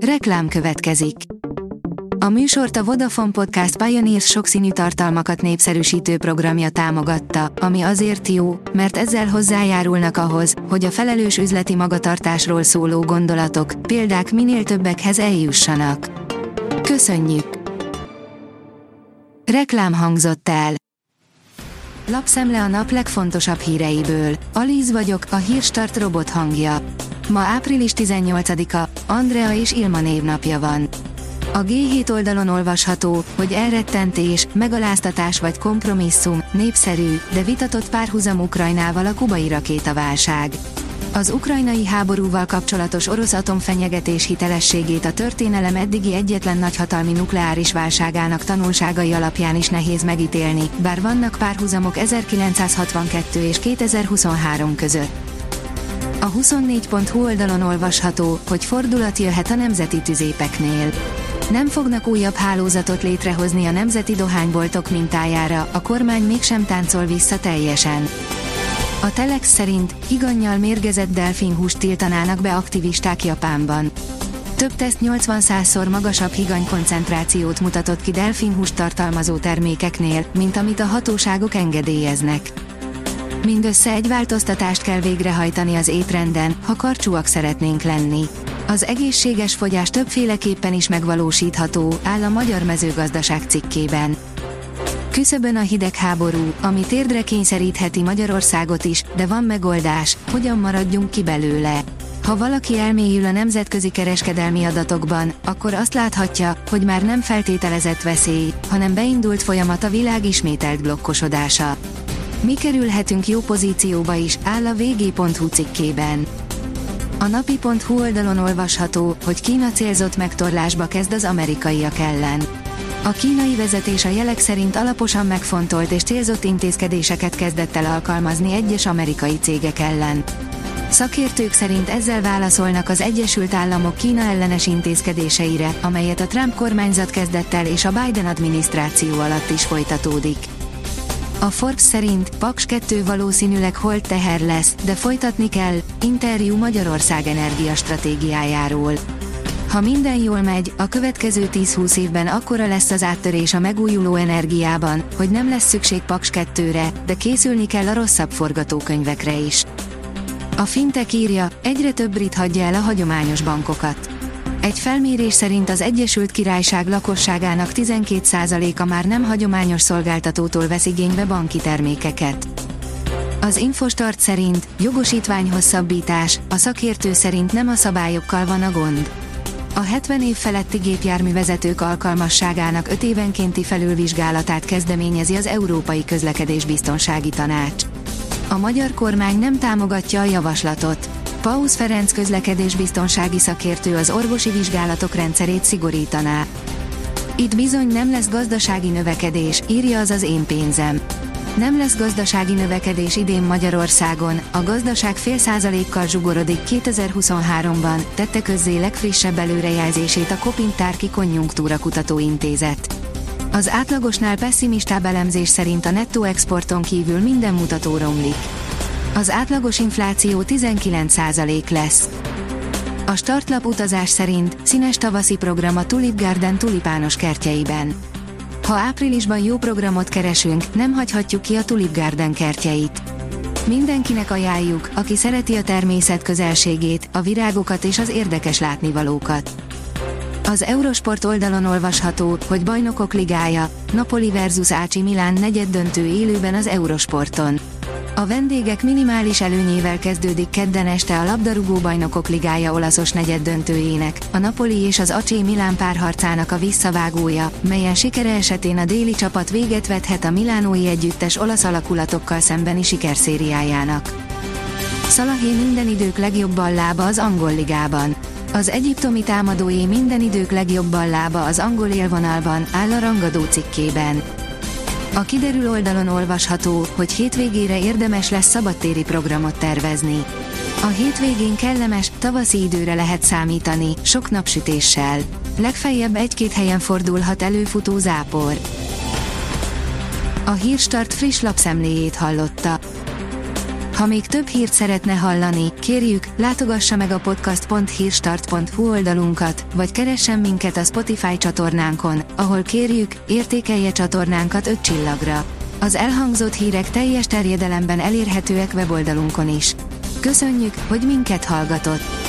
Reklám következik. A műsort a Vodafone Podcast Pioneers sokszínű tartalmakat népszerűsítő programja támogatta, ami azért jó, mert ezzel hozzájárulnak ahhoz, hogy a felelős üzleti magatartásról szóló gondolatok, példák minél többekhez eljussanak. Köszönjük! Reklám hangzott el. Lapszemle a nap legfontosabb híreiből. Alíz vagyok, a Hírstart robot hangja. Ma április 18-a, Andrea és Ilma névnapja van. A G7 oldalon olvasható, hogy elrettentés, megaláztatás vagy kompromisszum, népszerű, de vitatott párhuzam Ukrajnával a kubai rakétaválság. Az ukrajnai háborúval kapcsolatos orosz atomfenyegetés hitelességét a történelem eddigi egyetlen nagyhatalmi nukleáris válságának tanulságai alapján is nehéz megítélni, bár vannak párhuzamok 1962 és 2023 között. A 24.hu oldalon olvasható, hogy fordulat jöhet a nemzeti tüzépeknél. Nem fognak újabb hálózatot létrehozni a nemzeti dohányboltok mintájára, a kormány mégsem táncol vissza teljesen. A Telex szerint higannyal mérgezett delfinhúst tiltanának be aktivisták Japánban. Több teszt 80-100-szor magasabb higany koncentrációt mutatott ki delfinhúst tartalmazó termékeknél, mint amit a hatóságok engedélyeznek. Mindössze egy változtatást kell végrehajtani az étrenden, ha karcsúak szeretnénk lenni. Az egészséges fogyás többféleképpen is megvalósítható, áll a Magyar Mezőgazdaság cikkében. Küszöbön a hidegháború, ami térdre kényszerítheti Magyarországot is, de van megoldás, hogyan maradjunk ki belőle. Ha valaki elmélyül a nemzetközi kereskedelmi adatokban, akkor azt láthatja, hogy már nem feltételezett veszély, hanem beindult folyamat a világ ismételt blokkosodása. Mi kerülhetünk jó pozícióba is, áll a vg.hu cikkében. A napi.hu oldalon olvasható, hogy Kína célzott megtorlásba kezd az amerikaiak ellen. A kínai vezetés a jelek szerint alaposan megfontolt és célzott intézkedéseket kezdett el alkalmazni egyes amerikai cégek ellen. Szakértők szerint ezzel válaszolnak az Egyesült Államok Kína ellenes intézkedéseire, amelyet a Trump kormányzat kezdett el és a Biden adminisztráció alatt is folytatódik. A Forbes szerint Paks 2 valószínűleg holtteher lesz, de folytatni kell, interjú Magyarország energiastratégiájáról. Ha minden jól megy, a következő 10-20 évben akkora lesz az áttörés a megújuló energiában, hogy nem lesz szükség Paks 2-re, de készülni kell a rosszabb forgatókönyvekre is. A Fintech írja, egyre több brit hagyja el a hagyományos bankokat. Egy felmérés szerint az Egyesült Királyság lakosságának 12%-a már nem hagyományos szolgáltatótól vesz igénybe banki termékeket. Az Infostart szerint jogosítványhosszabbítás, a szakértő szerint nem a szabályokkal van a gond. A 70 év feletti gépjárművezetők alkalmasságának 5 évenkénti felülvizsgálatát kezdeményezi az Európai Közlekedésbiztonsági Tanács. A magyar kormány nem támogatja a javaslatot. Pausz Ferenc közlekedésbiztonsági szakértő az orvosi vizsgálatok rendszerét szigorítaná. Itt bizony nem lesz gazdasági növekedés, írja az Én pénzem. Nem lesz gazdasági növekedés idén Magyarországon, a gazdaság 0,5%-kal zsugorodik 2023-ban, tette közzé legfrissebb előrejelzését a Kopintárki Konjunktúra Kutatóintézet. Az átlagosnál pesszimistább elemzés szerint a nettó exporton kívül minden mutató romlik. Az átlagos infláció 19% lesz. A startlap utazás szerint színes tavaszi program a Tulip Garden tulipános kertjeiben. Ha áprilisban jó programot keresünk, nem hagyhatjuk ki a Tulip Garden kertjeit. Mindenkinek ajánljuk, aki szereti a természet közelségét, a virágokat és az érdekes látnivalókat. Az Eurosport oldalon olvasható, hogy Bajnokok Ligája, Napoli vs AC Milan negyeddöntő élőben az Eurosporton. A vendégek minimális előnyével kezdődik kedden este a labdarúgó Bajnokok Ligája olaszos negyeddöntőjének, a Napoli és az AC Milán párharcának a visszavágója, melyen sikere esetén a déli csapat véget vethet a milánói együttes olasz alakulatokkal szembeni sikerszériájának. Szalahé minden idők legjobb ballába az angol ligában. Az egyiptomi támadóé minden idők legjobb ballába az angol élvonalban, áll a Rangadó cikkében. A Kiderül oldalon olvasható, hogy hétvégére érdemes lesz szabadtéri programot tervezni. A hétvégén kellemes, tavaszi időre lehet számítani, sok napsütéssel. Legfeljebb 1-2 helyen fordulhat elő futó zápor. A Hírstart friss lapszemléjét hallotta. Ha még több hírt szeretne hallani, kérjük, látogassa meg a podcast.hírstart.hu oldalunkat, vagy keressen minket a Spotify csatornánkon, ahol kérjük, értékelje csatornánkat 5 csillagra. Az elhangzott hírek teljes terjedelemben elérhetőek weboldalunkon is. Köszönjük, hogy minket hallgatott!